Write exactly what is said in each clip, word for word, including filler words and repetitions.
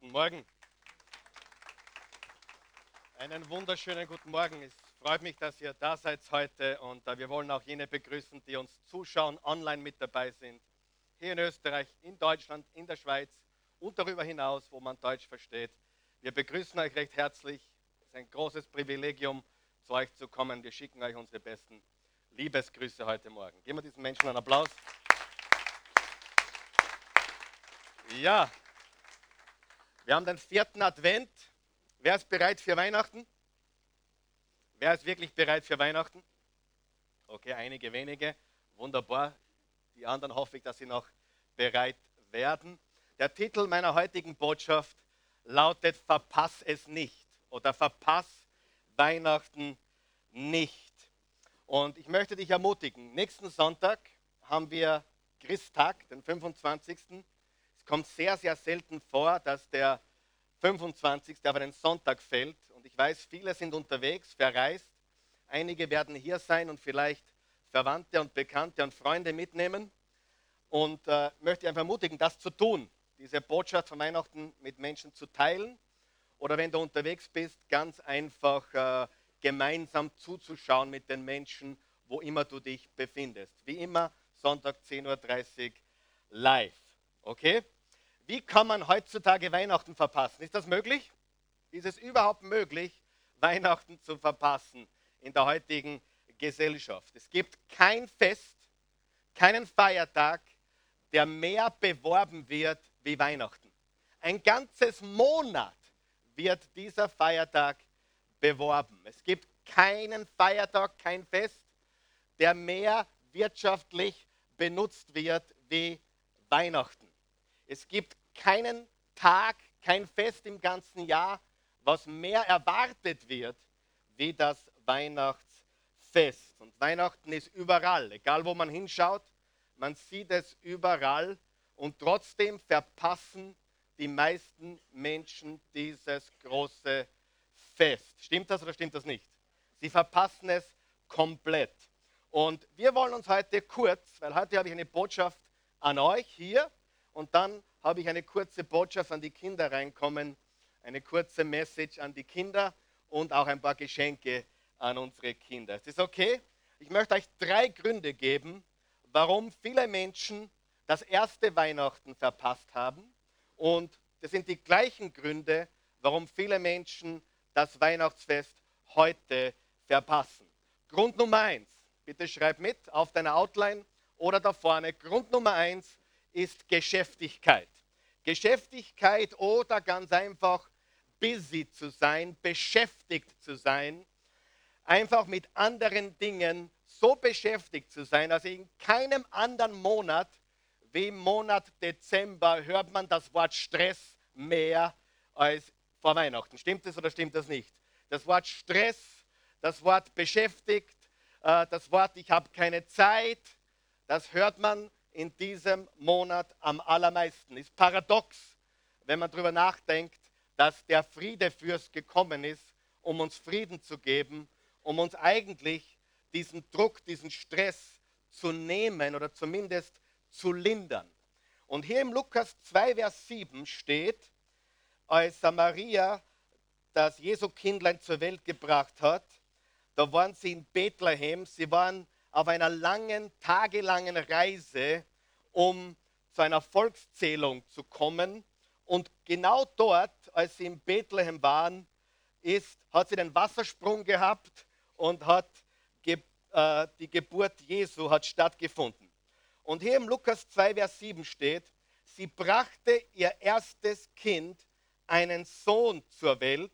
Guten Morgen. Einen wunderschönen guten Morgen. Es freut mich, dass ihr da seid heute und äh, wir wollen auch jene begrüßen, die uns zuschauen, online mit dabei sind. Hier in Österreich, in Deutschland, in der Schweiz und darüber hinaus, wo man Deutsch versteht. Wir begrüßen euch recht herzlich. Es ist ein großes Privilegium, zu euch zu kommen. Wir schicken euch unsere besten Liebesgrüße heute Morgen. Geben wir diesen Menschen einen Applaus. Ja, wir haben den vierten Advent. Wer ist bereit für Weihnachten? Wer ist wirklich bereit für Weihnachten? Okay, einige wenige. Wunderbar. Die anderen hoffe ich, dass sie noch bereit werden. Der Titel meiner heutigen Botschaft lautet Verpass es nicht oder Verpass Weihnachten nicht. Und ich möchte dich ermutigen, nächsten Sonntag haben wir Christtag, den fünfundzwanzigsten Es kommt sehr, sehr selten vor, dass der fünfundzwanzigste auf einen Sonntag fällt. Und ich weiß, viele sind unterwegs, verreist. Einige werden hier sein und vielleicht Verwandte und Bekannte und Freunde mitnehmen. Und äh, möchte einfach ermutigen, das zu tun, diese Botschaft von Weihnachten mit Menschen zu teilen. Oder wenn du unterwegs bist, ganz einfach äh, gemeinsam zuzuschauen mit den Menschen, wo immer du dich befindest. Wie immer, Sonntag zehn Uhr dreißig live. Okay? Wie kann man heutzutage Weihnachten verpassen? Ist das möglich? Ist es überhaupt möglich, Weihnachten zu verpassen in der heutigen Gesellschaft? Es gibt kein Fest, keinen Feiertag, der mehr beworben wird wie Weihnachten. Ein ganzes Monat wird dieser Feiertag beworben. Es gibt keinen Feiertag, kein Fest, der mehr wirtschaftlich benutzt wird wie Weihnachten. Es gibt keinen Tag, kein Fest im ganzen Jahr, was mehr erwartet wird wie das Weihnachtsfest. Und Weihnachten ist überall, egal wo man hinschaut, man sieht es überall und trotzdem verpassen die meisten Menschen dieses große Fest. Stimmt das oder stimmt das nicht? Sie verpassen es komplett. Und wir wollen uns heute kurz, weil heute habe ich eine Botschaft an euch hier und dann habe ich eine kurze Botschaft an die Kinder reinkommen, eine kurze Message an die Kinder und auch ein paar Geschenke an unsere Kinder. Ist das okay? Ich möchte euch drei Gründe geben, warum viele Menschen das erste Weihnachten verpasst haben. Und das sind die gleichen Gründe, warum viele Menschen das Weihnachtsfest heute verpassen. Grund Nummer eins, bitte schreib mit auf deiner Outline oder da vorne. Grund Nummer eins ist Geschäftigkeit. Geschäftigkeit oder ganz einfach busy zu sein, beschäftigt zu sein, einfach mit anderen Dingen so beschäftigt zu sein, also in keinem anderen Monat wie im Monat Dezember hört man das Wort Stress mehr als vor Weihnachten. Stimmt das oder stimmt das nicht? Das Wort Stress, das Wort beschäftigt, äh, das Wort ich habe keine Zeit, das hört man in diesem Monat am allermeisten. Ist paradox, wenn man darüber nachdenkt, dass der Friedefürst gekommen ist, um uns Frieden zu geben, um uns eigentlich diesen Druck, diesen Stress zu nehmen oder zumindest zu lindern. Und hier im Lukas zwei, Vers sieben steht, als Maria das Jesu-Kindlein zur Welt gebracht hat, da waren sie in Bethlehem, sie waren auf einer langen, tagelangen Reise, um zu einer Volkszählung zu kommen. Und genau dort, als sie in Bethlehem waren, ist, hat sie den Wassersprung gehabt und hat ge, äh, die Geburt Jesu hat stattgefunden. Und hier im Lukas zwei, Vers sieben steht, sie brachte ihr erstes Kind, einen Sohn, zur Welt,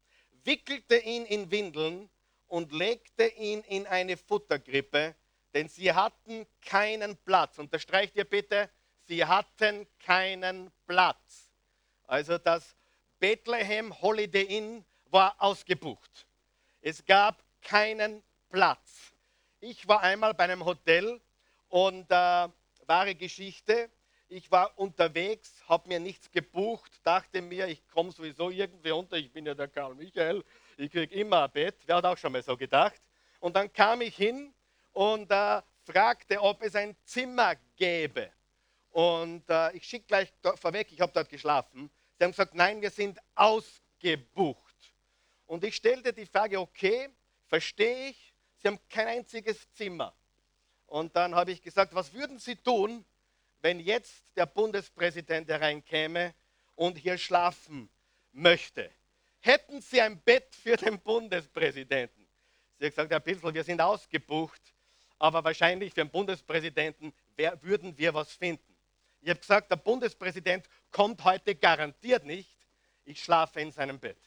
wickelte ihn in Windeln und legte ihn in eine Futterkrippe, denn sie hatten keinen Platz. Unterstreicht ihr bitte, sie hatten keinen Platz. Also das Bethlehem Holiday Inn war ausgebucht. Es gab keinen Platz. Ich war einmal bei einem Hotel und äh, wahre Geschichte. Ich war unterwegs, habe mir nichts gebucht, dachte mir, ich komme sowieso irgendwie unter, ich bin ja der Karl Michael, ich kriege immer ein Bett. Wer hat auch schon mal so gedacht? Und dann kam ich hin und äh, fragte, ob es ein Zimmer gäbe. Und äh, ich schicke gleich vorweg, ich habe dort geschlafen. Sie haben gesagt, nein, wir sind ausgebucht. Und ich stellte die Frage, okay, verstehe ich, Sie haben kein einziges Zimmer. Und dann habe ich gesagt, was würden Sie tun, wenn jetzt der Bundespräsident hereinkäme und hier schlafen möchte? Hätten Sie ein Bett für den Bundespräsidenten? Sie hat gesagt, Herr Pilsel, wir sind ausgebucht, aber wahrscheinlich für den Bundespräsidenten wer, würden wir was finden. Ich habe gesagt, der Bundespräsident kommt heute garantiert nicht. Ich schlafe in seinem Bett.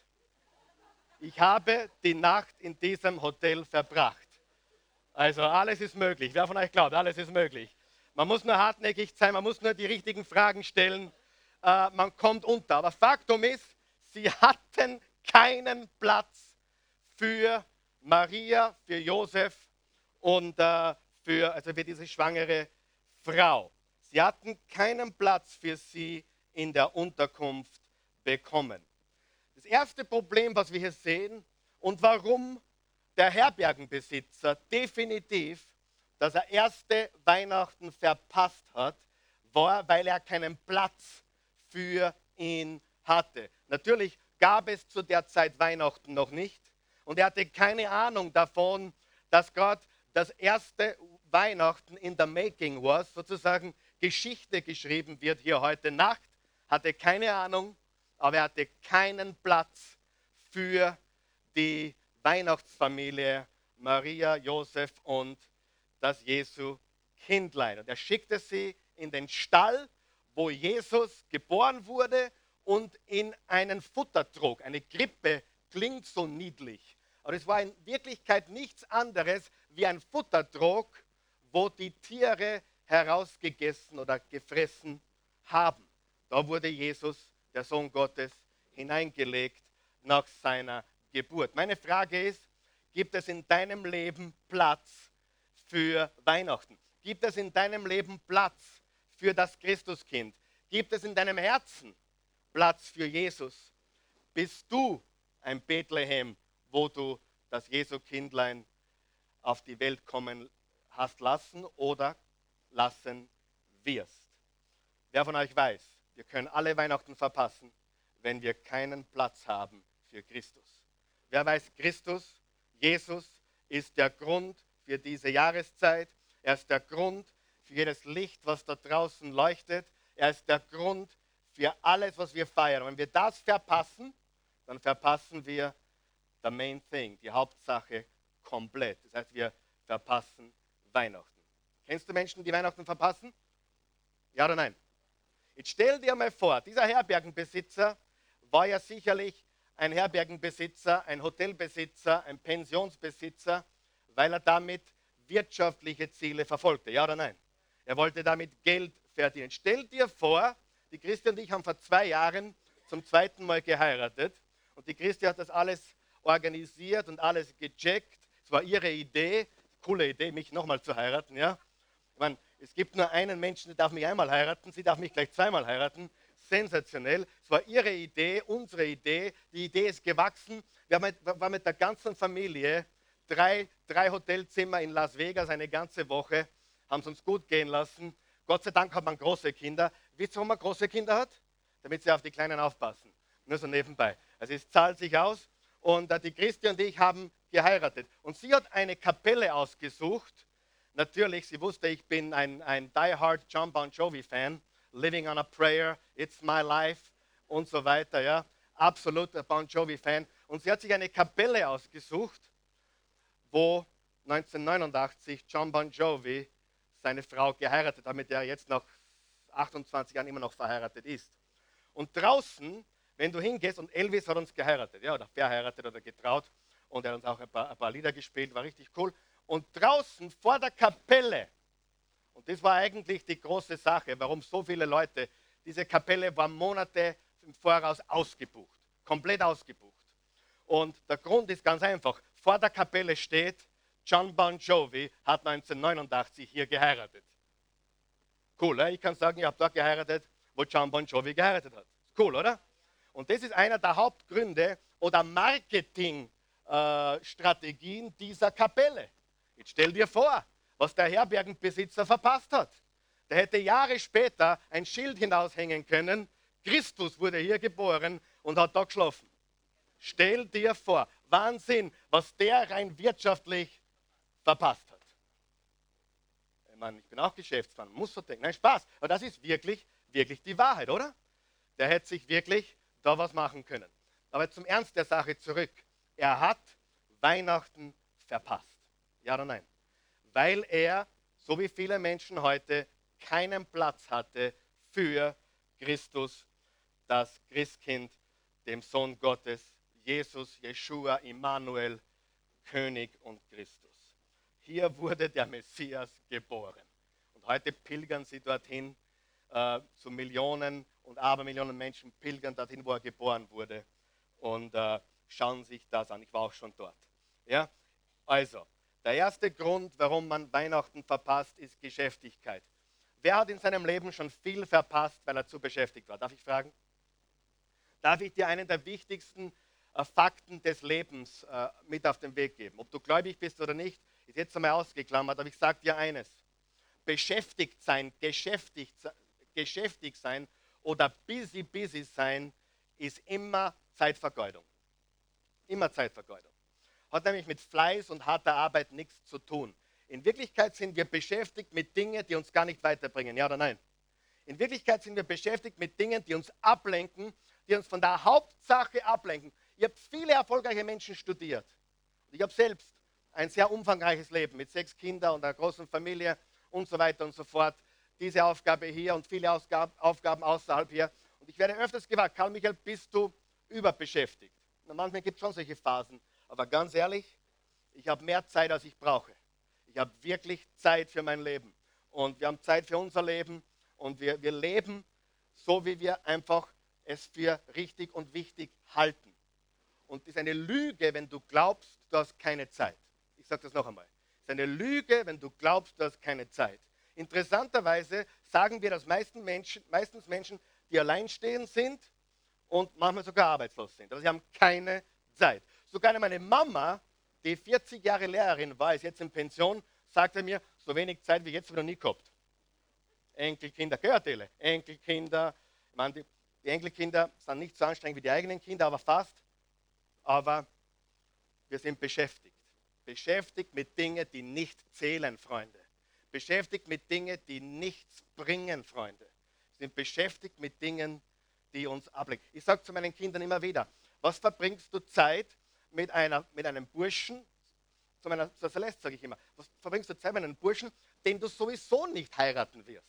Ich habe die Nacht in diesem Hotel verbracht. Also alles ist möglich. Wer von euch glaubt, alles ist möglich. Man muss nur hartnäckig sein, man muss nur die richtigen Fragen stellen. Äh, man kommt unter. Aber Faktum ist, sie hatten keinen Platz für Maria, für Josef und äh, für, also für diese schwangere Frau. Sie hatten keinen Platz für sie in der Unterkunft bekommen. Das erste Problem, was wir hier sehen und warum der Herbergenbesitzer definitiv das erste Weihnachten verpasst hat, war, weil er keinen Platz für ihn hatte. Natürlich gab es zu der Zeit Weihnachten noch nicht und er hatte keine Ahnung davon, dass Gott das erste Weihnachten in the making was, sozusagen Geschichte geschrieben wird hier heute Nacht, hatte keine Ahnung, aber er hatte keinen Platz für die Weihnachtsfamilie Maria, Josef und das Jesu Kindlein. Und er schickte sie in den Stall, wo Jesus geboren wurde und in einen Futtertrog. Eine Krippe klingt so niedlich, aber es war in Wirklichkeit nichts anderes wie ein Futtertrog, wo die Tiere herausgegessen oder gefressen haben. Da wurde Jesus, der Sohn Gottes, hineingelegt nach seiner Geburt. Meine Frage ist, gibt es in deinem Leben Platz für Weihnachten? Gibt es in deinem Leben Platz für das Christuskind? Gibt es in deinem Herzen Platz für Jesus? Bist du ein Bethlehem, wo du das Jesu-Kindlein auf die Welt kommen hast lassen oder lassen wirst? Wer von euch weiß, wir können alle Weihnachten verpassen, wenn wir keinen Platz haben für Christus. Wer weiß, Christus, Jesus ist der Grund für diese Jahreszeit. Er ist der Grund für jedes Licht, was da draußen leuchtet. Er ist der Grund für alles, was wir feiern. Wenn wir das verpassen, dann verpassen wir the main thing, die Hauptsache komplett. Das heißt, wir verpassen Weihnachten. Kennst du Menschen, die Weihnachten verpassen? Ja oder nein? Jetzt stell dir mal vor, dieser Herbergenbesitzer war ja sicherlich ein Herbergenbesitzer, ein Hotelbesitzer, ein Pensionsbesitzer, weil er damit wirtschaftliche Ziele verfolgte. Ja oder nein? Er wollte damit Geld verdienen. Stell dir vor, die Christi und ich haben vor zwei Jahren zum zweiten Mal geheiratet und die Christi hat das alles organisiert und alles gecheckt. Es war ihre Idee, coole Idee, mich nochmal zu heiraten. Ja? Ich meine, es gibt nur einen Menschen, der darf mich einmal heiraten, sie darf mich gleich zweimal heiraten. Sensationell. Es war ihre Idee, unsere Idee. Die Idee ist gewachsen. Wir waren mit der ganzen Familie, drei, drei Hotelzimmer in Las Vegas, eine ganze Woche, haben es uns gut gehen lassen. Gott sei Dank hat man große Kinder. Wisst ihr, warum man große Kinder hat? Damit sie auf die Kleinen aufpassen. Nur so nebenbei. Also es zahlt sich aus. Und äh, die Christi und ich haben geheiratet. Und sie hat eine Kapelle ausgesucht. Natürlich, sie wusste, ich bin ein, ein die-hard John Bon Jovi-Fan. Living on a Prayer, It's My Life und so weiter. Ja. Absoluter Bon Jovi-Fan. Und sie hat sich eine Kapelle ausgesucht, wo neunzehnhundertneunundachtzig John Bon Jovi seine Frau geheiratet hat, mit der er jetzt nach achtundzwanzig Jahren immer noch verheiratet ist. Und draußen, wenn du hingehst, und Elvis hat uns geheiratet, ja, oder verheiratet oder getraut, und er hat uns auch ein paar, ein paar Lieder gespielt, war richtig cool. Und draußen vor der Kapelle, und das war eigentlich die große Sache, warum so viele Leute, diese Kapelle war Monate im Voraus ausgebucht, komplett ausgebucht. Und der Grund ist ganz einfach, vor der Kapelle steht, John Bon Jovi hat neunzehnhundertneunundachtzig hier geheiratet. Cool, oder? Ich kann sagen, ich habe dort geheiratet, wo John Bon Jovi geheiratet hat. Cool, oder? Und das ist einer der Hauptgründe oder Marketingstrategien dieser Kapelle. Jetzt stell dir vor, was der Herbergenbesitzer verpasst hat. Der hätte Jahre später ein Schild hinaushängen können, Christus wurde hier geboren und hat da geschlafen. Stell dir vor, Wahnsinn, was der rein wirtschaftlich verpasst hat. Ich meine, ich bin auch Geschäftsmann, muss so denken. Nein, Spaß. Aber das ist wirklich, wirklich die Wahrheit, oder? Der hätte sich wirklich da was machen können. Aber zum Ernst der Sache zurück. Er hat Weihnachten verpasst. Ja oder nein? Weil er, so wie viele Menschen heute, keinen Platz hatte für Christus, das Christkind, dem Sohn Gottes, Jesus, Jeschua, Immanuel, König und Christus. Hier wurde der Messias geboren. Und heute pilgern sie dorthin, äh, zu Millionen und Abermillionen Menschen pilgern dorthin, wo er geboren wurde und äh, schauen sich das an. Ich war auch schon dort. Ja? Also, der erste Grund, warum man Weihnachten verpasst, ist Geschäftigkeit. Wer hat in seinem Leben schon viel verpasst, weil er zu beschäftigt war? Darf ich fragen? Darf ich dir einen der wichtigsten äh, Fakten des Lebens äh, mit auf den Weg geben? Ob du gläubig bist oder nicht, ist jetzt einmal ausgeklammert, aber ich sage dir eines. Beschäftigt sein, geschäftigt, geschäftig sein oder busy, busy sein, ist immer Zeitvergeudung. Immer Zeitvergeudung. Hat nämlich mit Fleiß und harter Arbeit nichts zu tun. In Wirklichkeit sind wir beschäftigt mit Dingen, die uns gar nicht weiterbringen. Ja oder nein? In Wirklichkeit sind wir beschäftigt mit Dingen, die uns ablenken, die uns von der Hauptsache ablenken. Ich habe viele erfolgreiche Menschen studiert. Ich habe selbst ein sehr umfangreiches Leben mit sechs Kindern und einer großen Familie und so weiter und so fort. Diese Aufgabe hier und viele Ausgab, Aufgaben außerhalb hier. Und ich werde öfters gefragt, Karl Michael, bist du überbeschäftigt? Na, manchmal gibt es schon solche Phasen. Aber ganz ehrlich, ich habe mehr Zeit, als ich brauche. Ich habe wirklich Zeit für mein Leben. Und wir haben Zeit für unser Leben. Und wir, wir leben so, wie wir einfach es für richtig und wichtig halten. Und es ist eine Lüge, wenn du glaubst, du hast keine Zeit. Ich sage das noch einmal. Es ist eine Lüge, wenn du glaubst, du hast keine Zeit. Interessanterweise sagen wir das meisten Menschen, meistens Menschen, die alleinstehend sind und manchmal sogar arbeitslos sind. Aber sie haben keine Zeit. Sogar meine Mama, die vierzig Jahre Lehrerin war, ist jetzt in Pension, sagte mir, so wenig Zeit wie jetzt habe ich noch nie gehabt. Enkelkinder, gehört alle. Enkelkinder, ich meine, die, die Enkelkinder sind nicht so anstrengend wie die eigenen Kinder, aber fast. Aber wir sind beschäftigt. Beschäftigt mit Dingen, die nicht zählen, Freunde. Beschäftigt mit Dingen, die nichts bringen, Freunde. Wir sind beschäftigt mit Dingen, die uns ablenken. Ich sage zu meinen Kindern immer wieder, was verbringst du Zeit mit, einer, mit einem Burschen, zu meiner zu Celeste sage ich immer, was verbringst du Zeit mit einem Burschen, den du sowieso nicht heiraten wirst?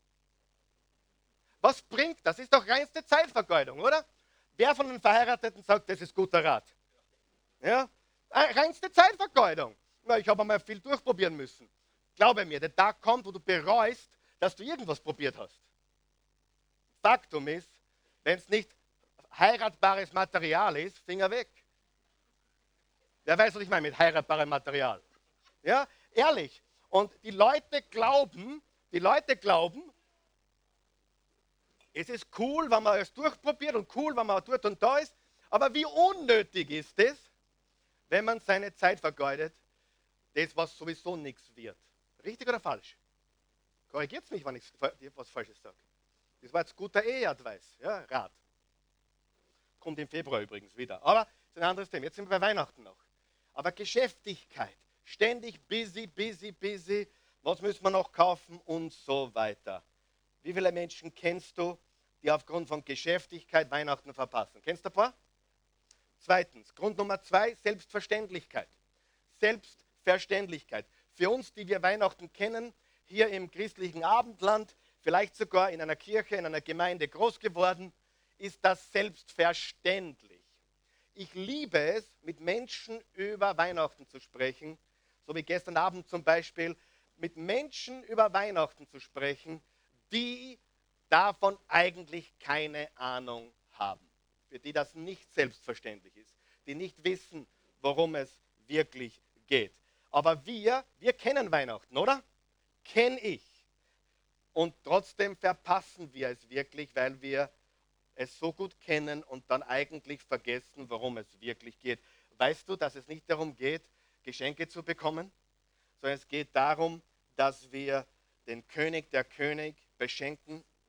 Was bringt das? Ist doch reinste Zeitvergeudung, oder? Wer von den Verheirateten sagt, das ist guter Rat? Ja? Reinste Zeitvergeudung. Na, ich habe einmal viel durchprobieren müssen. Glaube mir, der Tag kommt, wo du bereust, dass du irgendwas probiert hast. Faktum ist, wenn es nicht heiratbares Material ist, Finger weg. Wer weiß, was ich meine mit heiratbarem Material? Ja, ehrlich. Und die Leute glauben, die Leute glauben, es ist cool, wenn man es durchprobiert und cool, wenn man dort und da ist. Aber wie unnötig ist es, wenn man seine Zeit vergeudet, das, was sowieso nichts wird. Richtig oder falsch? Korrigiert mich, wenn ich was Falsches sage. Das war jetzt guter Eheadvice, ja, Rat. Kommt im Februar übrigens wieder. Aber das ist ein anderes Thema. Jetzt sind wir bei Weihnachten noch. Aber Geschäftigkeit, ständig busy, busy, busy. Was müssen wir noch kaufen und so weiter. Wie viele Menschen kennst du, die aufgrund von Geschäftigkeit Weihnachten verpassen? Kennst du ein paar? Zweitens, Grund Nummer zwei, Selbstverständlichkeit. Selbstverständlichkeit. Für uns, die wir Weihnachten kennen, hier im christlichen Abendland, vielleicht sogar in einer Kirche, in einer Gemeinde groß geworden, ist das selbstverständlich. Ich liebe es, mit Menschen über Weihnachten zu sprechen, so wie gestern Abend zum Beispiel, mit Menschen über Weihnachten zu sprechen, die davon eigentlich keine Ahnung haben. Für die das nicht selbstverständlich ist, die nicht wissen, worum es wirklich geht. Aber wir, wir kennen Weihnachten, oder? Kenn ich. Und trotzdem verpassen wir es wirklich, weil wir es so gut kennen und dann eigentlich vergessen, worum es wirklich geht. Weißt du, dass es nicht darum geht, Geschenke zu bekommen, sondern es geht darum, dass wir den König der König beschenken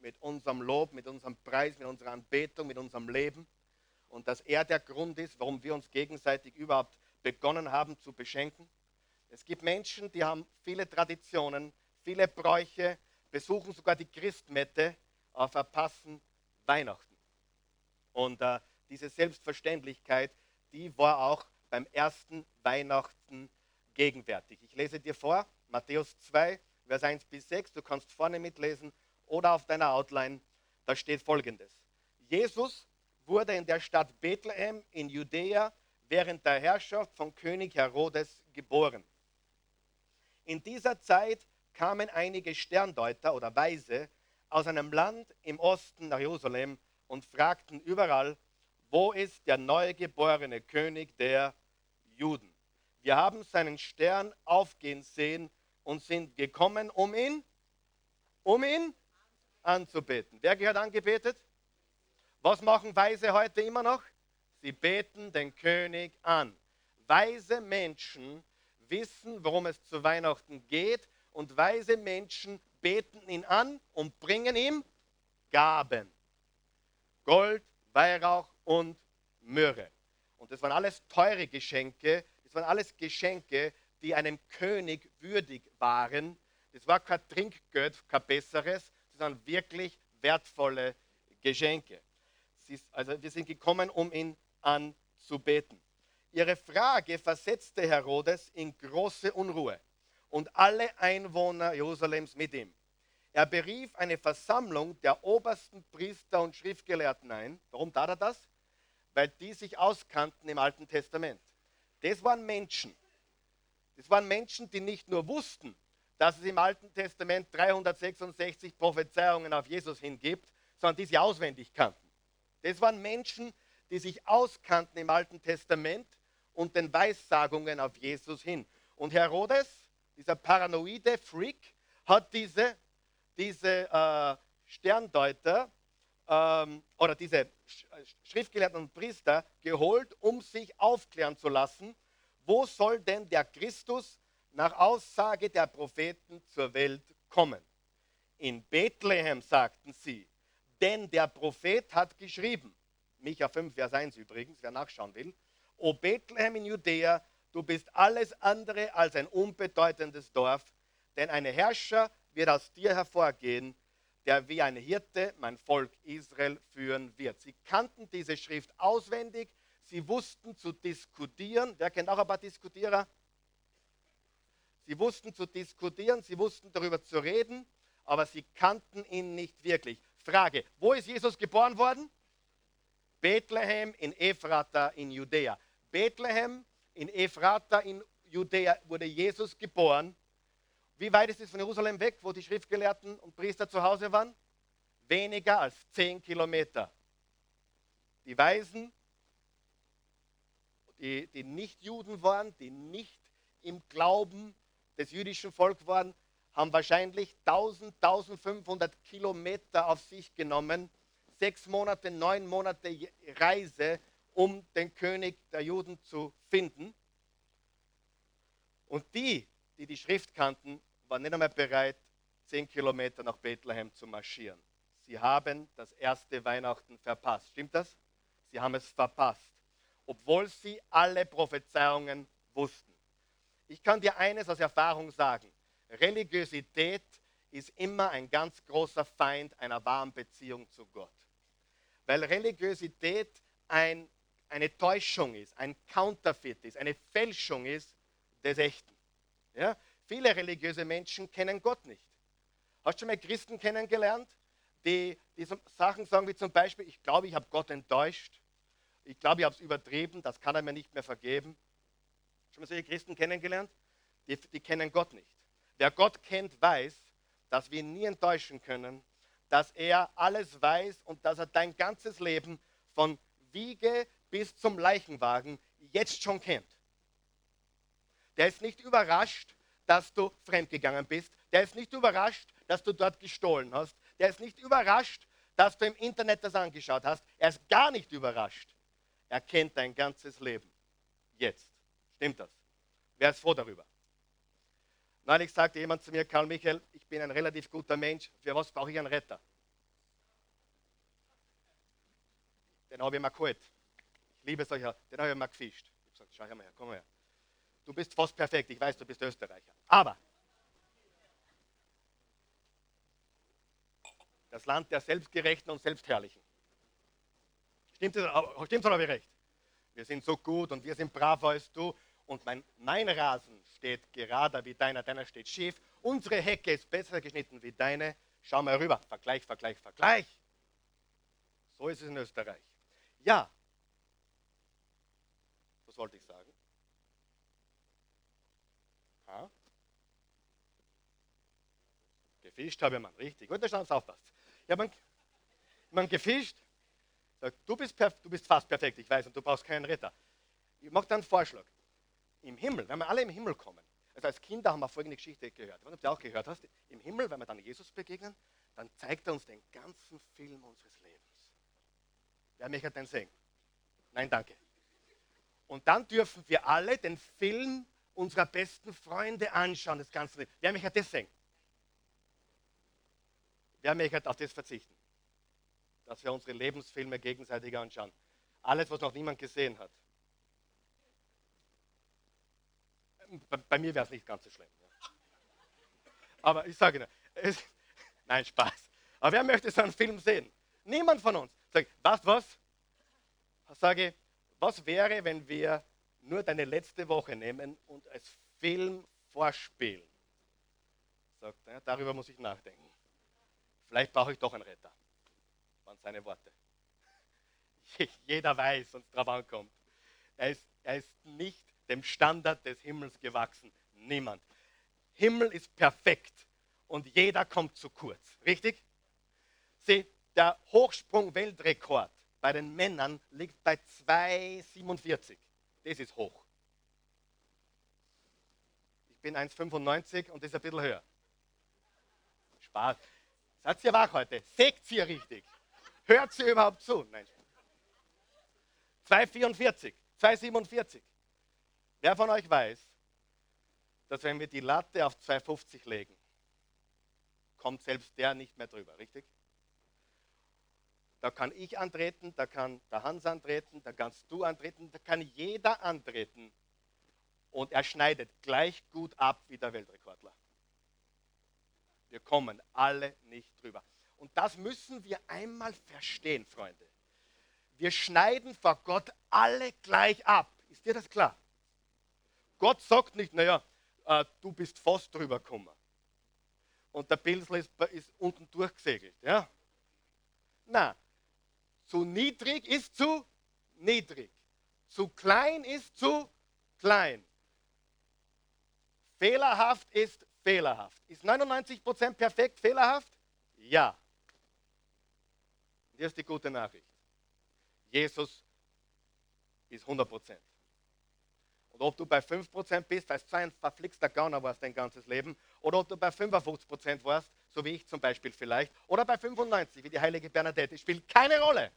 mit unserem Lob, mit unserem Preis, mit unserer Anbetung, mit unserem Leben. Und dass er der Grund ist, warum wir uns gegenseitig überhaupt begonnen haben zu beschenken. Es gibt Menschen, die haben viele Traditionen, viele Bräuche, besuchen sogar die Christmette, aber verpassen Weihnachten. Und äh, diese Selbstverständlichkeit, die war auch beim ersten Weihnachten gegenwärtig. Ich lese dir vor, Matthäus zwei, Vers eins bis sechs, du kannst vorne mitlesen oder auf deiner Outline, da steht Folgendes. Jesus wurde in der Stadt Bethlehem in Judäa während der Herrschaft von König Herodes geboren. In dieser Zeit kamen einige Sterndeuter oder Weise aus einem Land im Osten nach Jerusalem und fragten überall, wo ist der neugeborene König der Juden? Wir haben seinen Stern aufgehen sehen und sind gekommen, um ihn, um ihn anzubeten. Wer gehört angebetet? Was machen Weise heute immer noch? Sie beten den König an. Weise Menschen wissen, worum es zu Weihnachten geht, und weise Menschen beten ihn an und bringen ihm Gaben. Gold, Weihrauch und Myrrhe. Und das waren alles teure Geschenke. Das waren alles Geschenke, die einem König würdig waren. Das war kein Trinkgeld, kein besseres. Das waren wirklich wertvolle Geschenke. Also wir sind gekommen, um ihn anzubeten. Ihre Frage versetzte Herodes in große Unruhe und alle Einwohner Jerusalems mit ihm. Er berief eine Versammlung der obersten Priester und Schriftgelehrten ein. Warum tat er das? Weil die sich auskannten im Alten Testament. Das waren Menschen. Das waren Menschen, die nicht nur wussten, dass es im Alten Testament dreihundertsechsundsechzig Prophezeiungen auf Jesus hingibt, sondern die sie auswendig kannten. Das waren Menschen, die sich auskannten im Alten Testament und den Weissagungen auf Jesus hin. Und Herodes, dieser paranoide Freak, hat diese, diese äh, Sterndeuter ähm, oder diese Schriftgelehrten und Priester geholt, um sich aufklären zu lassen, wo soll denn der Christus nach Aussage der Propheten zur Welt kommen? In Bethlehem, sagten sie, denn der Prophet hat geschrieben, Micha fünf, Vers eins übrigens, wer nachschauen will, O Bethlehem in Judäa, du bist alles andere als ein unbedeutendes Dorf, denn ein Herrscher wird aus dir hervorgehen, der wie ein Hirte mein Volk Israel führen wird. Sie kannten diese Schrift auswendig, sie wussten zu diskutieren. Wer kennt auch ein paar Diskutierer? Sie wussten zu diskutieren, sie wussten darüber zu reden, aber sie kannten ihn nicht wirklich. Frage, wo ist Jesus geboren worden? Bethlehem in Ephrata in Judäa. Bethlehem in Ephrata in Judäa wurde Jesus geboren. Wie weit ist es von Jerusalem weg, wo die Schriftgelehrten und Priester zu Hause waren? Weniger als zehn Kilometer. Die Weisen, die, die nicht Juden waren, die nicht im Glauben des jüdischen Volkes waren, haben wahrscheinlich tausend, tausendfünfhundert Kilometer auf sich genommen. Sechs Monate, neun Monate Reise, um den König der Juden zu finden. Und die, die die Schrift kannten, waren nicht einmal bereit, zehn Kilometer nach Bethlehem zu marschieren. Sie haben das erste Weihnachten verpasst. Stimmt das? Sie haben es verpasst, obwohl sie alle Prophezeiungen wussten. Ich kann dir eines aus Erfahrung sagen. Religiosität ist immer ein ganz großer Feind einer wahren Beziehung zu Gott. Weil Religiosität ein, eine Täuschung ist, ein Counterfeit ist, eine Fälschung ist des Echten. Ja? Viele religiöse Menschen kennen Gott nicht. Hast du schon mal Christen kennengelernt, die, die so Sachen sagen wie zum Beispiel, ich glaube, ich habe Gott enttäuscht, ich glaube, ich habe es übertrieben, das kann er mir nicht mehr vergeben. Hast du schon mal solche Christen kennengelernt? Die, die kennen Gott nicht. Wer Gott kennt, weiß, dass wir ihn nie enttäuschen können, dass er alles weiß und dass er dein ganzes Leben von Wiege bis zum Leichenwagen jetzt schon kennt. Der ist nicht überrascht, dass du fremdgegangen bist. Der ist nicht überrascht, dass du dort gestohlen hast. Der ist nicht überrascht, dass du im Internet das angeschaut hast. Er ist gar nicht überrascht. Er kennt dein ganzes Leben. Jetzt. Stimmt das? Wer ist froh darüber? Neulich sagte jemand zu mir, Karl Michael, ich bin ein relativ guter Mensch. Für was brauche ich einen Retter? Den habe ich mir geholt. Ich liebe solche, den habe ich mir gefischt. Ich habe gesagt, schau her mal her, komm mal her. Du bist fast perfekt, ich weiß, du bist Österreicher. Aber das Land der Selbstgerechten und Selbstherrlichen. Stimmt das, stimmt's oder habe ich recht? Wir sind so gut und wir sind braver als du. Und mein, mein Rasen steht gerader wie deiner, deiner steht schief. Unsere Hecke ist besser geschnitten wie deine. Schau mal rüber. Vergleich, Vergleich, Vergleich. So ist es in Österreich. Ja, was wollte ich sagen? Ha? Gefischt habe ich man, richtig. Gut, da schauen Sie aufpasst. Ich habe man, man gefischt. Sagt, du bist, perf- du bist fast perfekt, ich weiß, und du brauchst keinen Retter. Ich mache dann einen Vorschlag. Im Himmel, wenn wir alle im Himmel kommen, also als Kinder haben wir folgende Geschichte gehört. Ich weiß nicht, ob du auch gehört hast. Im Himmel, wenn wir dann Jesus begegnen, dann zeigt er uns den ganzen Film unseres Lebens. Wer möchte den sehen? Nein, danke. Und dann dürfen wir alle den Film unserer besten Freunde anschauen, das ganze Leben. Wer möchte das sehen? Wer möchte auf das verzichten? Dass wir unsere Lebensfilme gegenseitig anschauen. Alles, was noch niemand gesehen hat. Bei, bei mir wäre es nicht ganz so schlimm. Ja. Aber ich sage Ihnen, es, nein, Spaß. Aber wer möchte so einen Film sehen? Niemand von uns. Sag, was, was? Sage, was wäre, wenn wir nur deine letzte Woche nehmen und als Film vorspielen? Sagt, ja, darüber muss ich nachdenken. Vielleicht brauche ich doch einen Retter. Waren seine Worte. Jeder weiß, wenn es drauf ankommt. Er ist, er ist nicht dem Standard des Himmels gewachsen. Niemand. Himmel ist perfekt und jeder kommt zu kurz. Richtig? Sieh, der Hochsprung-Weltrekord bei den Männern liegt bei zwei Komma siebenundvierzig. Das ist hoch. Ich bin eins Komma fünfundneunzig und das ist ein bisschen höher. Spaß. Seid ihr wach heute? Seht ihr richtig? Hört ihr überhaupt zu? Nein. zwei Komma vierundvierzig, zwei Komma siebenundvierzig. Wer von euch weiß, dass wenn wir die Latte auf zwei Komma fünfzig legen, kommt selbst der nicht mehr drüber, richtig? Da kann ich antreten, da kann der Hans antreten, da kannst du antreten, da kann jeder antreten. Und er schneidet gleich gut ab wie der Weltrekordler. Wir kommen alle nicht drüber. Und das müssen wir einmal verstehen, Freunde. Wir schneiden vor Gott alle gleich ab. Ist dir das klar? Gott sagt nicht, naja, äh, du bist fast drüber gekommen. Und der Pinsel ist, ist unten durchgesegelt. Ja? Nein, zu niedrig ist zu niedrig. Zu klein ist zu klein. Fehlerhaft ist fehlerhaft. Ist neunundneunzig Prozent perfekt fehlerhaft? Ja. Hier ist die gute Nachricht. Jesus ist hundert Prozent. Und ob du bei fünf Prozent bist, als ein verflixter Gauner warst dein ganzes Leben, oder ob du bei fünfundfünfzig Prozent warst, so wie ich zum Beispiel vielleicht, oder bei fünfundneunzig, wie die heilige Bernadette, spielt keine Rolle.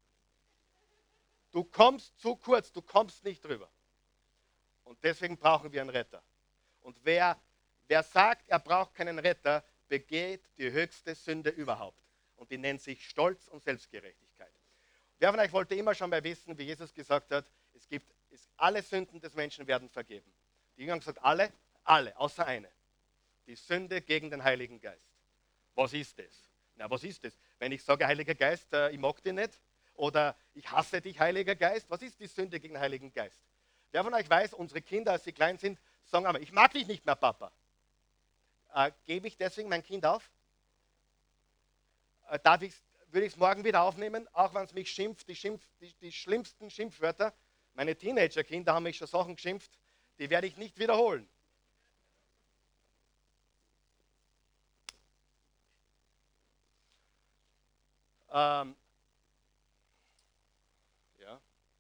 Du kommst zu kurz, du kommst nicht drüber. Und deswegen brauchen wir einen Retter. Und wer, wer sagt, er braucht keinen Retter, begeht die höchste Sünde überhaupt. Und die nennt sich Stolz und Selbstgerechtigkeit. Wer von euch wollte immer schon mal wissen, wie Jesus gesagt hat, es gibt, es, alle Sünden des Menschen werden vergeben. Die Jünger haben gesagt, alle? Alle, außer eine. Die Sünde gegen den Heiligen Geist. Was ist das? Na, was ist das? Wenn ich sage, Heiliger Geist, äh, ich mag dich nicht, oder ich hasse dich, Heiliger Geist, was ist die Sünde gegen den Heiligen Geist? Wer von euch weiß, unsere Kinder, als sie klein sind, sagen aber, ich mag dich nicht mehr, Papa. Äh, gebe ich deswegen mein Kind auf? Äh, darf ich, würde ich es morgen wieder aufnehmen, auch wenn es mich schimpft, die, Schimpf, die, die schlimmsten Schimpfwörter. Meine Teenager-Kinder haben mich schon Sachen geschimpft, die werde ich nicht wiederholen. Ähm, ja,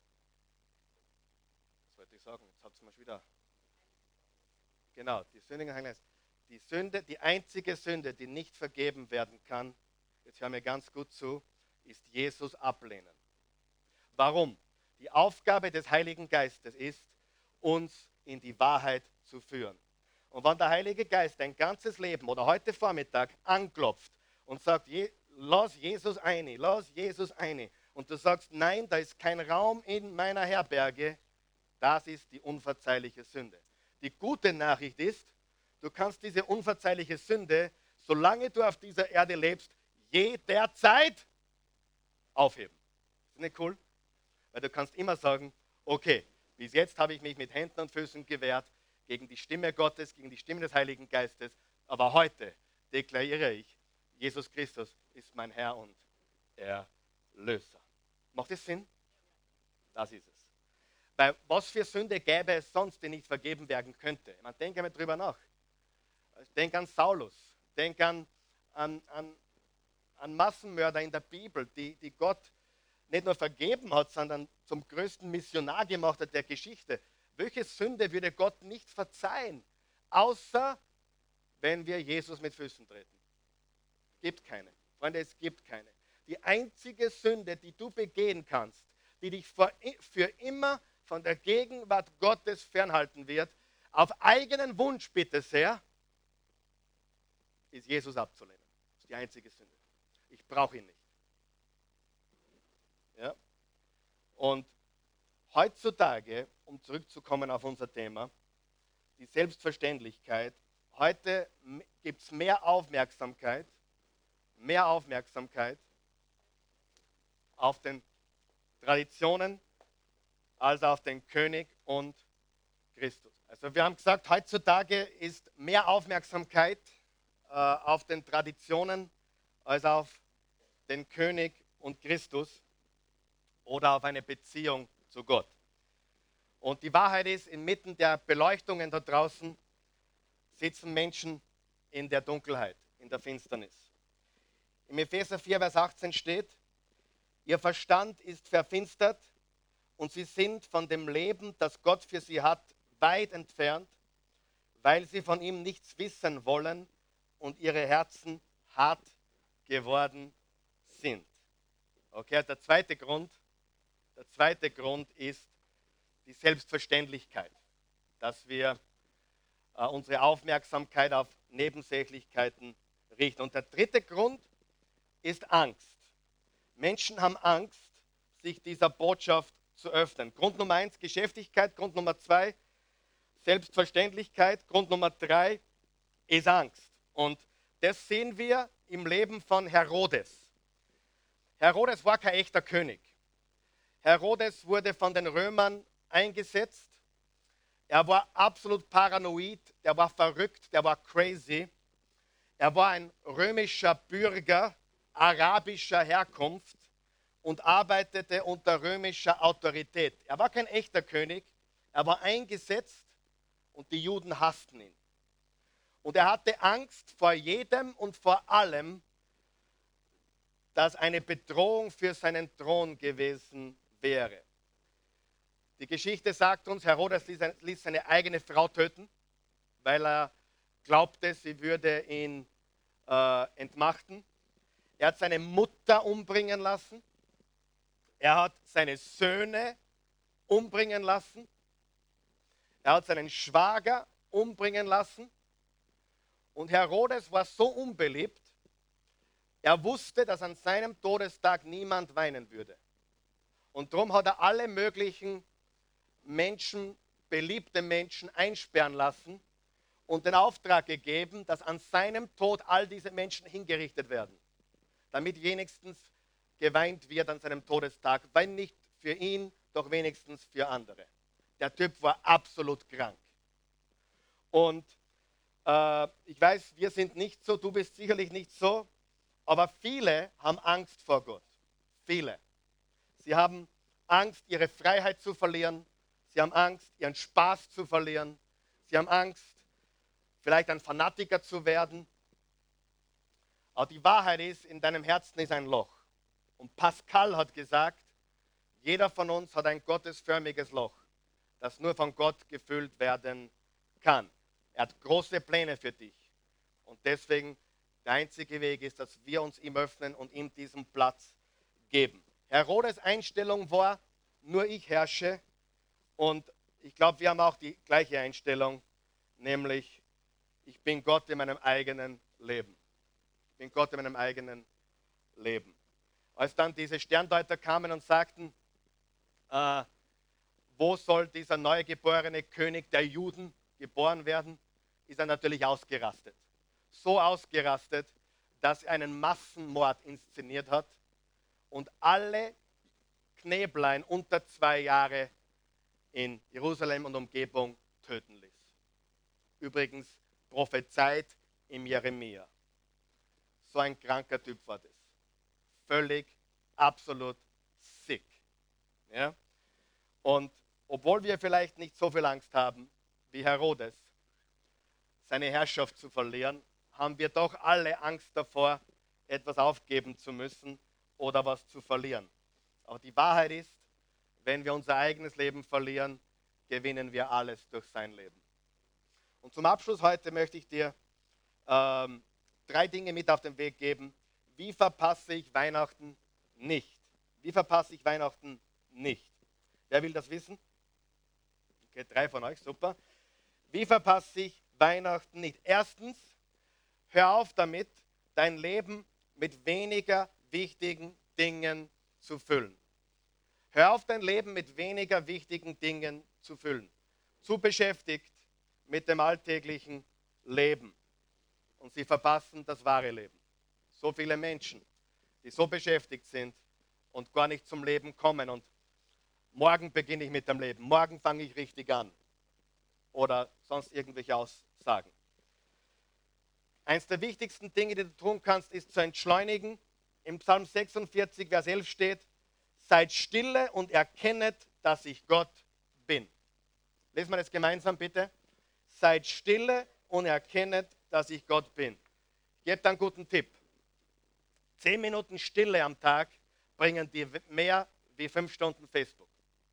was wollte ich sagen? Jetzt hat es mir schon wieder. Genau, die Sünde, die Sünde, die einzige Sünde, die nicht vergeben werden kann, jetzt hören wir ganz gut zu, ist Jesus ablehnen. Warum? Die Aufgabe des Heiligen Geistes ist, uns in die Wahrheit zu führen. Und wenn der Heilige Geist dein ganzes Leben oder heute Vormittag anklopft und sagt, lass Jesus ein, lass Jesus ein, und du sagst, nein, da ist kein Raum in meiner Herberge, das ist die unverzeihliche Sünde. Die gute Nachricht ist, du kannst diese unverzeihliche Sünde, solange du auf dieser Erde lebst, jederzeit aufheben. Ist nicht cool? Weil du kannst immer sagen, okay, bis jetzt habe ich mich mit Händen und Füßen gewehrt gegen die Stimme Gottes, gegen die Stimme des Heiligen Geistes, aber heute deklariere ich, Jesus Christus ist mein Herr und Erlöser. Macht das Sinn? Das ist es. Weil was für Sünde gäbe es sonst, die nicht vergeben werden könnte? Man denke mal drüber nach. Denk an Saulus, denk an, an, an, an Massenmörder in der Bibel, die, die Gott nicht nur vergeben hat, sondern zum größten Missionar gemacht hat der Geschichte. Welche Sünde würde Gott nicht verzeihen, außer wenn wir Jesus mit Füßen treten? Es gibt keine. Freunde, es gibt keine. Die einzige Sünde, die du begehen kannst, die dich für immer von der Gegenwart Gottes fernhalten wird, auf eigenen Wunsch bitte sehr, ist Jesus abzulehnen. Das ist die einzige Sünde. Ich brauche ihn nicht. Ja? Und heutzutage, um zurückzukommen auf unser Thema, die Selbstverständlichkeit, heute gibt es mehr Aufmerksamkeit, mehr Aufmerksamkeit auf den Traditionen als auf den König und Christus. Also wir haben gesagt, heutzutage ist mehr Aufmerksamkeit äh, auf den Traditionen als auf den König und Christus oder auf eine Beziehung zu Gott. Und die Wahrheit ist, inmitten der Beleuchtungen da draußen sitzen Menschen in der Dunkelheit, in der Finsternis. Im Epheser vier, Vers achtzehn steht, ihr Verstand ist verfinstert und sie sind von dem Leben, das Gott für sie hat, weit entfernt, weil sie von ihm nichts wissen wollen und ihre Herzen hart geworden sind. Okay, der zweite Grund, der zweite Grund ist die Selbstverständlichkeit, dass wir äh, unsere Aufmerksamkeit auf Nebensächlichkeiten richten. Und der dritte Grund ist Angst. Menschen haben Angst, sich dieser Botschaft zu öffnen. Grund Nummer eins, Geschäftigkeit. Grund Nummer zwei, Selbstverständlichkeit. Grund Nummer drei ist Angst. Und das sehen wir im Leben von Herodes. Herodes war kein echter König. Herodes wurde von den Römern eingesetzt. Er war absolut paranoid, der war verrückt, der war crazy. Er war ein römischer Bürger arabischer Herkunft und arbeitete unter römischer Autorität. Er war kein echter König, er war eingesetzt und die Juden hassten ihn. Und er hatte Angst vor jedem und vor allem, das eine Bedrohung für seinen Thron gewesen wäre. Die Geschichte sagt uns, Herodes ließ, ließ seine eigene Frau töten, weil er glaubte, sie würde ihn äh, entmachten. Er hat seine Mutter umbringen lassen. Er hat seine Söhne umbringen lassen. Er hat seinen Schwager umbringen lassen. Und Herodes war so unbeliebt, er wusste, dass an seinem Todestag niemand weinen würde. Und darum hat er alle möglichen Menschen, beliebte Menschen einsperren lassen und den Auftrag gegeben, dass an seinem Tod all diese Menschen hingerichtet werden, damit wenigstens geweint wird an seinem Todestag, wenn nicht für ihn, doch wenigstens für andere. Der Typ war absolut krank. Und äh, ich weiß, wir sind nicht so, du bist sicherlich nicht so, aber viele haben Angst vor Gott. Viele. Sie haben Angst, ihre Freiheit zu verlieren. Sie haben Angst, ihren Spaß zu verlieren. Sie haben Angst, vielleicht ein Fanatiker zu werden. Aber die Wahrheit ist, in deinem Herzen ist ein Loch. Und Pascal hat gesagt, jeder von uns hat ein gottesförmiges Loch, das nur von Gott gefüllt werden kann. Er hat große Pläne für dich. Und deswegen, der einzige Weg ist, dass wir uns ihm öffnen und ihm diesen Platz geben. Herodes' Einstellung war, nur ich herrsche. Und ich glaube, wir haben auch die gleiche Einstellung, nämlich, ich bin Gott in meinem eigenen Leben. Ich bin Gott in meinem eigenen Leben. Als dann diese Sterndeuter kamen und sagten, äh, wo soll dieser neugeborene König der Juden geboren werden, ist er natürlich ausgerastet. So ausgerastet, dass er einen Massenmord inszeniert hat und alle Knäblein unter zwei Jahre in Jerusalem und Umgebung töten ließ. Übrigens prophezeit im Jeremia. So ein kranker Typ war das. Völlig, absolut sick. Ja? Und obwohl wir vielleicht nicht so viel Angst haben wie Herodes, seine Herrschaft zu verlieren, haben wir doch alle Angst davor, etwas aufgeben zu müssen oder was zu verlieren. Aber die Wahrheit ist, wenn wir unser eigenes Leben verlieren, gewinnen wir alles durch sein Leben. Und zum Abschluss heute möchte ich dir ähm, drei Dinge mit auf den Weg geben. Wie verpasse ich Weihnachten nicht? Wie verpasse ich Weihnachten nicht? Wer will das wissen? Okay, drei von euch, super. Wie verpasse ich Weihnachten nicht? Erstens, hör auf damit, dein Leben mit weniger wichtigen Dingen zu füllen. Hör auf, dein Leben mit weniger wichtigen Dingen zu füllen. Zu beschäftigt mit dem alltäglichen Leben. Und sie verpassen das wahre Leben. So viele Menschen, die so beschäftigt sind und gar nicht zum Leben kommen. Und morgen beginne ich mit dem Leben. Morgen fange ich richtig an. Oder sonst irgendwelche Aussagen. Eins der wichtigsten Dinge, die du tun kannst, ist zu entschleunigen. Im Psalm sechsundvierzig, Vers elf steht, seid stille und erkennet, dass ich Gott bin. Lesen wir das gemeinsam bitte. Seid stille und erkennet, dass ich Gott bin. Ich gebe dir einen guten Tipp. Zehn Minuten Stille am Tag bringen dir mehr wie fünf Stunden Facebook.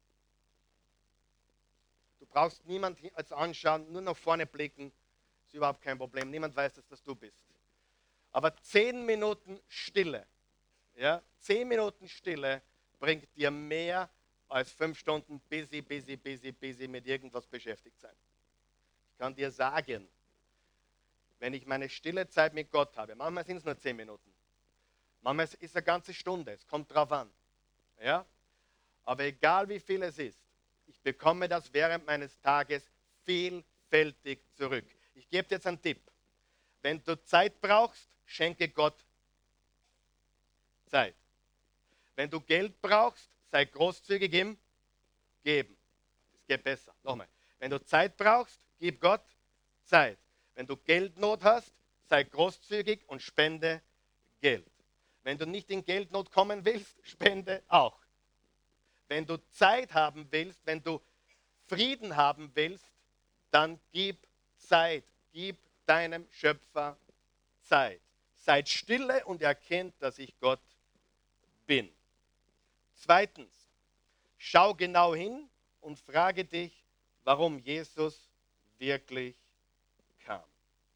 Du brauchst niemanden anschauen, nur nach vorne blicken, ist überhaupt kein Problem. Niemand weiß, dass das du bist. Aber zehn Minuten Stille, ja, zehn Minuten Stille bringt dir mehr als fünf Stunden busy, busy, busy, busy mit irgendwas beschäftigt sein. Ich kann dir sagen, wenn ich meine stille Zeit mit Gott habe, manchmal sind es nur zehn Minuten, manchmal ist es eine ganze Stunde, es kommt drauf an. Ja? Aber egal wie viel es ist, ich bekomme das während meines Tages vielfältig zurück. Ich gebe dir jetzt einen Tipp. Wenn du Zeit brauchst, schenke Gott Zeit. Wenn du Geld brauchst, sei großzügig im Geben. Es geht besser. Nochmal. Wenn du Zeit brauchst, gib Gott Zeit. Wenn du Geldnot hast, sei großzügig und spende Geld. Wenn du nicht in Geldnot kommen willst, spende auch. Wenn du Zeit haben willst, wenn du Frieden haben willst, dann gib Zeit. Gib deinem Schöpfer Zeit. Seid stille und erkennt, dass ich Gott bin. Zweitens, schau genau hin und frage dich, warum Jesus wirklich kam.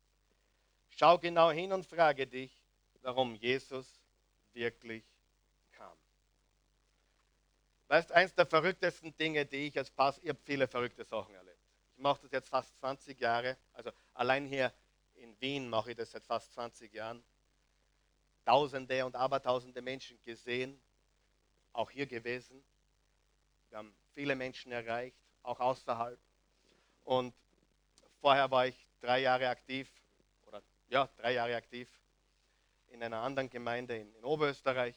Schau genau hin und frage dich, warum Jesus wirklich kam. Weißt du, eins der verrücktesten Dinge, die ich als Pastor, ich habe viele verrückte Sachen erlebt. Ich mache das jetzt fast zwanzig Jahre, also allein hier in Wien mache ich das seit fast zwanzig Jahren. Tausende und Abertausende Menschen gesehen, auch hier gewesen. Wir haben viele Menschen erreicht, auch außerhalb. Und vorher war ich drei Jahre aktiv, oder ja, drei Jahre aktiv in einer anderen Gemeinde in, in Oberösterreich,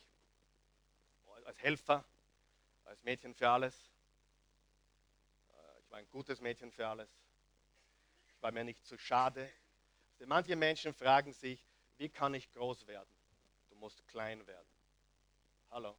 als Helfer, als Mädchen für alles. Ich war ein gutes Mädchen für alles. Ich war mir nicht zu schade. Manche Menschen fragen sich, wie kann ich groß werden? Du musst klein werden. Hallo.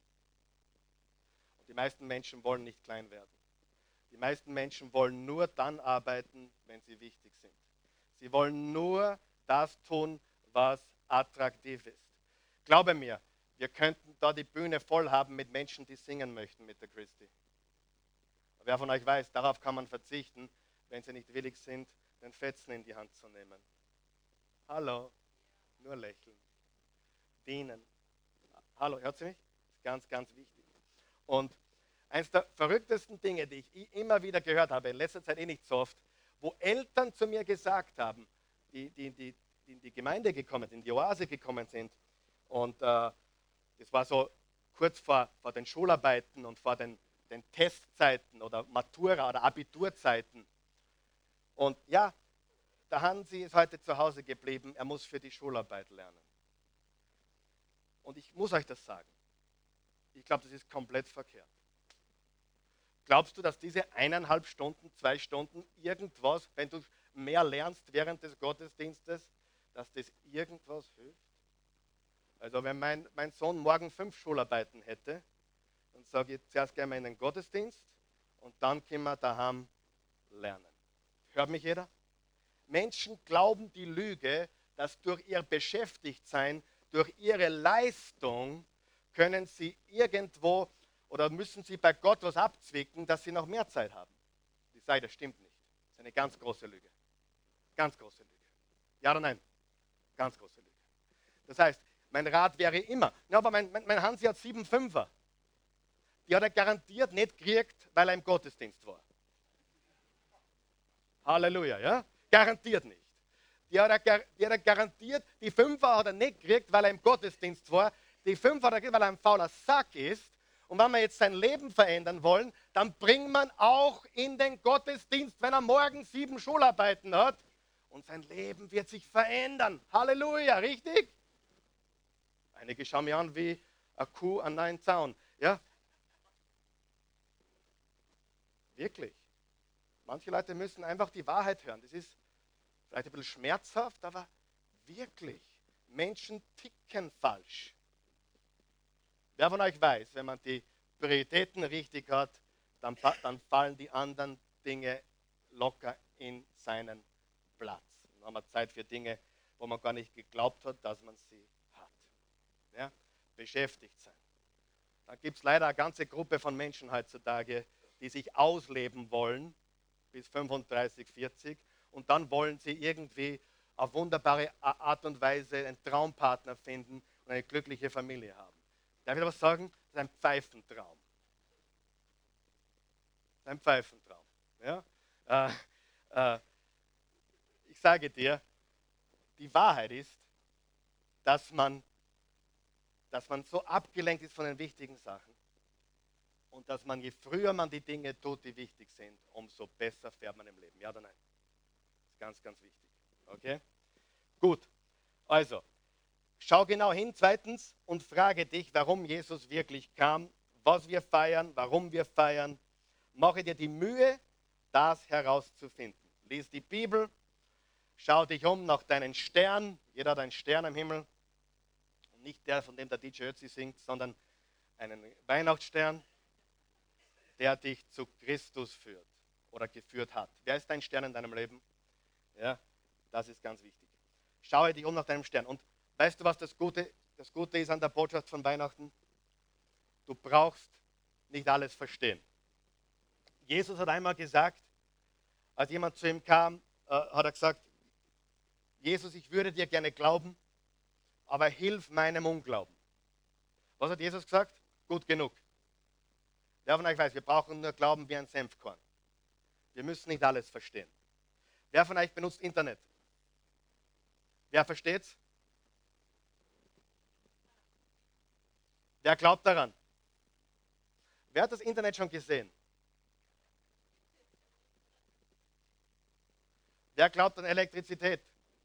Und die meisten Menschen wollen nicht klein werden. Die meisten Menschen wollen nur dann arbeiten, wenn sie wichtig sind. Sie wollen nur das tun, was attraktiv ist. Glaube mir, wir könnten da die Bühne voll haben mit Menschen, die singen möchten mit der Christi. Wer von euch weiß, darauf kann man verzichten, wenn sie nicht willig sind, den Fetzen in die Hand zu nehmen. Hallo, nur lächeln, dienen. Hallo, hört sie mich? Das ist ganz, ganz wichtig. Und eines der verrücktesten Dinge, die ich immer wieder gehört habe, in letzter Zeit eh nicht so oft, wo Eltern zu mir gesagt haben, die, die, die, die in die Gemeinde gekommen sind, in die Oase gekommen sind und äh, Das war so kurz vor, vor den Schularbeiten und vor den, den Testzeiten oder Matura- oder Abiturzeiten. Und ja, der Hansi ist heute zu Hause geblieben. Er muss für die Schularbeit lernen. Und ich muss euch das sagen. Ich glaube, das ist komplett verkehrt. Glaubst du, dass diese eineinhalb Stunden, zwei Stunden irgendwas, wenn du mehr lernst während des Gottesdienstes, dass das irgendwas hilft? Also wenn mein, mein Sohn morgen fünf Schularbeiten hätte, dann sage ich zuerst gehen wir in den Gottesdienst und dann können wir daheim lernen. Hört mich jeder? Menschen glauben die Lüge, dass durch ihr Beschäftigtsein, durch ihre Leistung können sie irgendwo oder müssen sie bei Gott was abzwicken, dass sie noch mehr Zeit haben. Ich sage, das stimmt nicht. Das ist eine ganz große Lüge. Ganz große Lüge. Ja oder nein? Ganz große Lüge. Das heißt, mein Rat wäre immer, ja, aber mein, mein, mein Hansi hat sieben Fünfer. Die hat er garantiert nicht gekriegt, weil er im Gottesdienst war. Halleluja, ja? Garantiert nicht. Die hat, er, die hat er garantiert, die Fünfer hat er nicht gekriegt, weil er im Gottesdienst war. Die Fünfer hat er gekriegt, weil er ein fauler Sack ist. Und wenn wir jetzt sein Leben verändern wollen, dann bringt man auch in den Gottesdienst, wenn er morgen sieben Schularbeiten hat. Und sein Leben wird sich verändern. Halleluja, richtig? Einige schauen mich an wie eine Kuh an einen Zaun. Ja? Wirklich. Manche Leute müssen einfach die Wahrheit hören. Das ist vielleicht ein bisschen schmerzhaft, aber wirklich. Menschen ticken falsch. Wer von euch weiß, wenn man die Prioritäten richtig hat, dann, dann fallen die anderen Dinge locker in seinen Platz. Dann haben wir Zeit für Dinge, wo man gar nicht geglaubt hat, dass man sie hat. Ja? Beschäftigt sein. Dann gibt es leider eine ganze Gruppe von Menschen heutzutage, die sich ausleben wollen, bis fünfunddreißig, vierzig, und dann wollen sie irgendwie auf wunderbare Art und Weise einen Traumpartner finden und eine glückliche Familie haben. Darf ich was sagen? Das ist ein Pfeifentraum. Das ist ein Pfeifentraum. Ja? Äh, äh, ich sage dir, die Wahrheit ist, dass man, dass man so abgelenkt ist von den wichtigen Sachen und dass man, je früher man die Dinge tut, die wichtig sind, umso besser fährt man im Leben. Ja oder nein? Das ist ganz, ganz wichtig. Okay? Gut. Also, schau genau hin, zweitens, und frage dich, warum Jesus wirklich kam, was wir feiern, warum wir feiern. Mache dir die Mühe, das herauszufinden. Lies die Bibel, schau dich um nach deinen Sternen. Jeder hat einen Stern am Himmel. Und nicht der, von dem der D J Ötzi singt, sondern einen Weihnachtsstern, der dich zu Christus führt oder geführt hat. Wer ist dein Stern in deinem Leben? Ja, das ist ganz wichtig. Schaue dich um nach deinem Stern. Und weißt du, was das Gute, das Gute ist an der Botschaft von Weihnachten? Du brauchst nicht alles verstehen. Jesus hat einmal gesagt, als jemand zu ihm kam, äh, hat er gesagt, Jesus, ich würde dir gerne glauben, aber hilf meinem Unglauben. Was hat Jesus gesagt? Gut genug. Wer von euch weiß, wir brauchen nur Glauben wie ein Senfkorn. Wir müssen nicht alles verstehen. Wer von euch benutzt Internet? Wer versteht's? Wer glaubt daran? Wer hat das Internet schon gesehen? Wer glaubt an Elektrizität?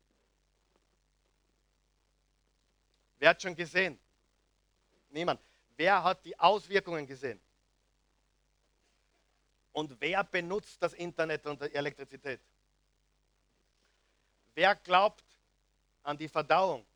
Wer hat schon gesehen? Niemand. Wer hat die Auswirkungen gesehen? Und wer benutzt das Internet und die Elektrizität? Wer glaubt an die Verdauung?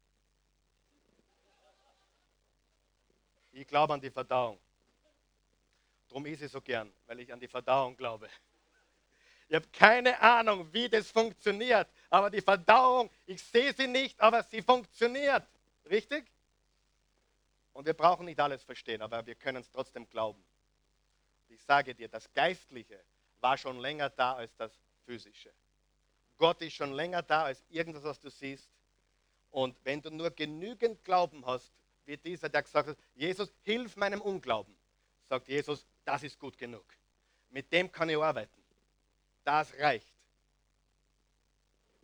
Ich glaube an die Verdauung. Darum ist ich so gern, weil ich an die Verdauung glaube. Ich habe keine Ahnung, wie das funktioniert, aber die Verdauung, ich sehe sie nicht, aber sie funktioniert. Richtig? Und wir brauchen nicht alles verstehen, aber wir können es trotzdem glauben. Ich sage dir, das Geistliche war schon länger da als das Physische. Gott ist schon länger da als irgendwas, was du siehst. Und wenn du nur genügend Glauben hast, wie dieser, der gesagt hat, Jesus, hilf meinem Unglauben, sagt Jesus, das ist gut genug. Mit dem kann ich arbeiten. Das reicht.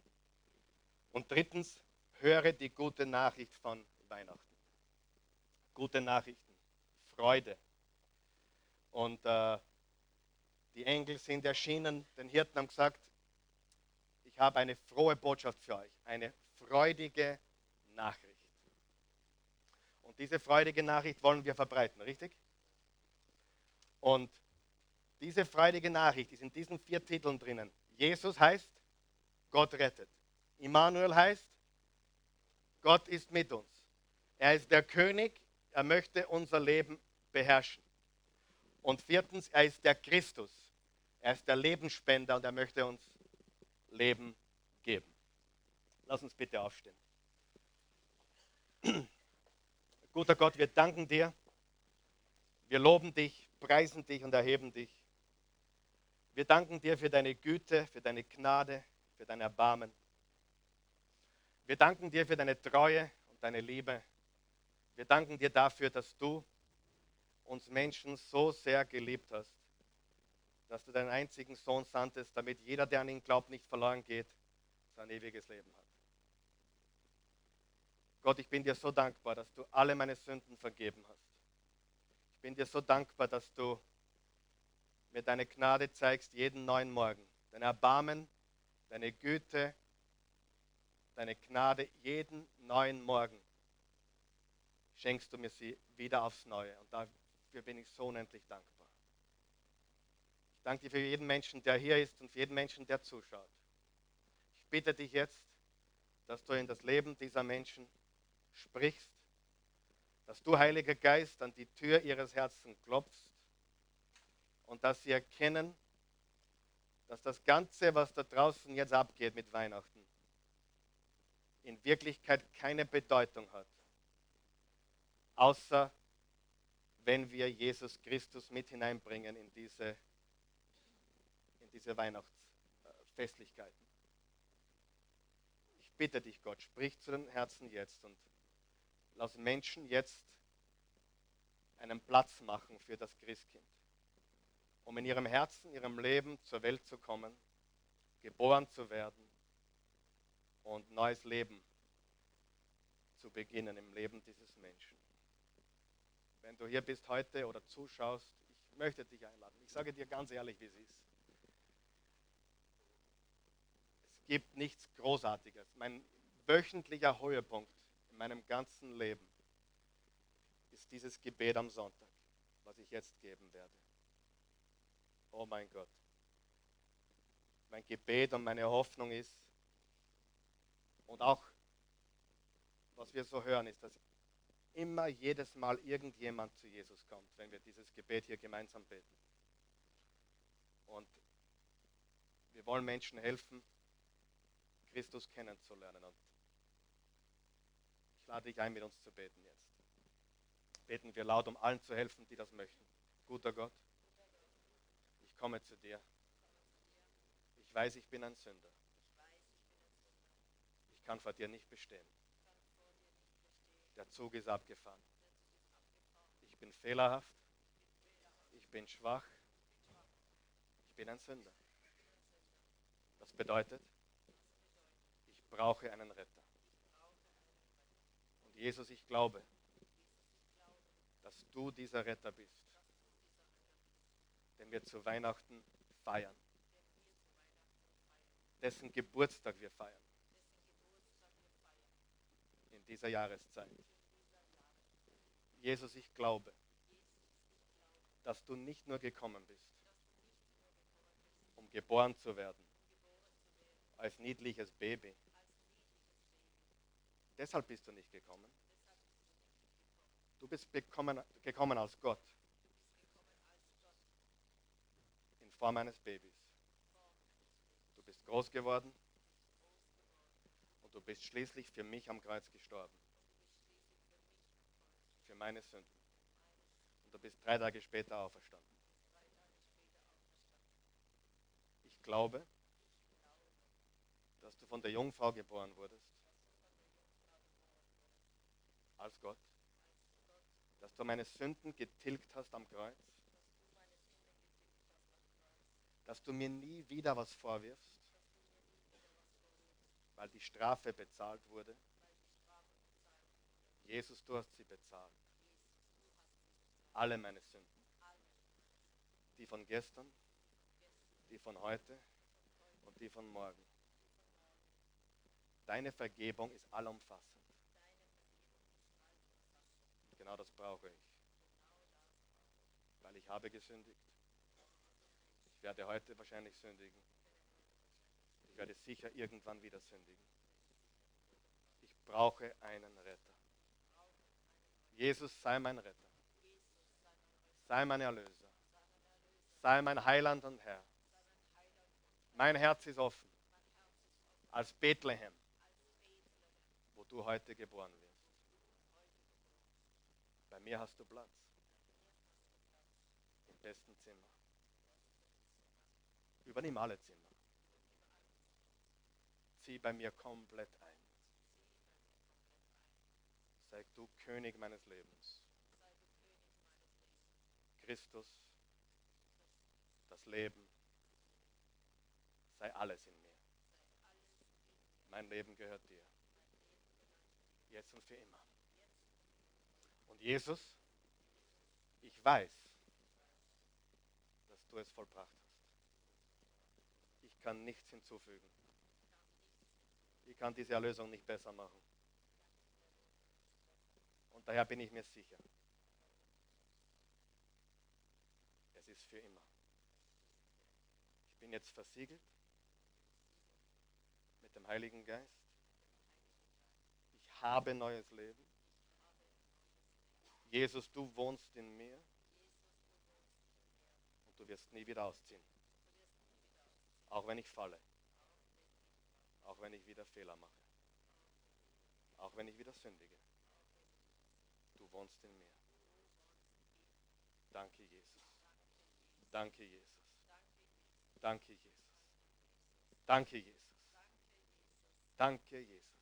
Und drittens, höre die gute Nachricht von Weihnachten. Gute Nachrichten, Freude. Und äh, die Engel sind erschienen, den Hirten haben gesagt, ich habe eine frohe Botschaft für euch, eine freudige Nachricht. Und diese freudige Nachricht wollen wir verbreiten, richtig? Und diese freudige Nachricht ist in diesen vier Titeln drinnen. Jesus heißt, Gott rettet. Immanuel heißt, Gott ist mit uns. Er ist der König, er möchte unser Leben beherrschen. Und viertens, er ist der Christus. Er ist der Lebensspender und er möchte uns Leben geben. Lass uns bitte aufstehen. Guter Gott, wir danken dir. Wir loben dich, preisen dich und erheben dich. Wir danken dir für deine Güte, für deine Gnade, für dein Erbarmen. Wir danken dir für deine Treue und deine Liebe. Wir danken dir dafür, dass du uns Menschen so sehr geliebt hast, dass du deinen einzigen Sohn sandtest, damit jeder, der an ihn glaubt, nicht verloren geht, sein ewiges Leben hat. Gott, ich bin dir so dankbar, dass du alle meine Sünden vergeben hast. Ich bin dir so dankbar, dass du mir deine Gnade zeigst jeden neuen Morgen. Dein Erbarmen, deine Güte, deine Gnade jeden neuen Morgen schenkst du mir sie wieder aufs Neue. Und dafür bin ich so unendlich dankbar. Ich danke dir für jeden Menschen, der hier ist und für jeden Menschen, der zuschaut. Ich bitte dich jetzt, dass du in das Leben dieser Menschen sprichst, dass du, Heiliger Geist, an die Tür ihres Herzens klopfst und dass sie erkennen, dass das Ganze, was da draußen jetzt abgeht mit Weihnachten, in Wirklichkeit keine Bedeutung hat, außer wenn wir Jesus Christus mit hineinbringen in diese, in diese Weihnachtsfestlichkeiten. Ich bitte dich, Gott, sprich zu den Herzen jetzt und lass Menschen jetzt einen Platz machen für das Christkind, um in ihrem Herzen, ihrem Leben zur Welt zu kommen, geboren zu werden und neues Leben zu beginnen im Leben dieses Menschen. Wenn du hier bist heute oder zuschaust, ich möchte dich einladen. Ich sage dir ganz ehrlich, wie es ist. Es gibt nichts Großartiges. Mein wöchentlicher Höhepunkt in meinem ganzen Leben ist dieses Gebet am Sonntag, was ich jetzt geben werde. Oh mein Gott. Mein Gebet und meine Hoffnung ist, und auch was wir so hören, ist, dass immer jedes Mal irgendjemand zu Jesus kommt, wenn wir dieses Gebet hier gemeinsam beten. Und wir wollen Menschen helfen, Christus kennenzulernen. Und ich lade dich ein, mit uns zu beten jetzt. Beten wir laut, um allen zu helfen, die das möchten. Guter Gott, ich komme zu dir. Ich weiß, ich bin ein Sünder. Ich kann vor dir nicht bestehen. Der Zug ist abgefahren. Ich bin fehlerhaft. Ich bin schwach. Ich bin ein Sünder. Das bedeutet, ich brauche einen Retter. Und Jesus, ich glaube, dass du dieser Retter bist, den wir zu Weihnachten feiern, dessen Geburtstag wir feiern in dieser Jahreszeit. Jesus, ich glaube, dass du nicht nur gekommen bist, um geboren zu werden als niedliches Baby. Deshalb bist du nicht gekommen. Du bist bekommen, gekommen als Gott in Form eines Babys. Du bist groß geworden und du bist schließlich für mich am Kreuz gestorben. Für meine Sünden. Und du bist drei Tage später auferstanden. Ich glaube, dass du von der Jungfrau geboren wurdest, als Gott, dass du meine Sünden getilgt hast am Kreuz, dass du mir nie wieder was vorwirfst, weil die Strafe bezahlt wurde. Jesus, du hast sie bezahlt. alle meine Sünden. Die von gestern, die von heute und die von morgen. Deine Vergebung ist allumfassend. Genau das brauche ich. Weil ich habe gesündigt. Ich werde heute wahrscheinlich sündigen. Ich werde sicher irgendwann wieder sündigen. Ich brauche einen Retter. Jesus, sei mein Retter. Sei mein Erlöser. Sei mein Heiland und Herr. Mein Herz ist offen. Als Bethlehem, wo du heute geboren wirst. Bei mir hast du Platz. Im besten Zimmer. Übernimm alle Zimmer. Zieh bei mir komplett ein. Sei du König meines Lebens. Christus, das Leben, sei alles in mir. Mein Leben gehört dir. Jetzt und für immer. Und Jesus, ich weiß, dass du es vollbracht hast. Ich kann nichts hinzufügen. Ich kann diese Erlösung nicht besser machen. Und daher bin ich mir sicher, es ist für immer. Ich bin jetzt versiegelt mit dem Heiligen Geist. Ich habe neues Leben. Jesus, du wohnst in mir und du wirst nie wieder ausziehen. Auch wenn ich falle. Auch wenn ich wieder Fehler mache. Auch wenn ich wieder sündige. Du wohnst in mir. Danke, Jesus. Danke, Jesus. Danke, Jesus. Danke, Jesus. Danke, Jesus.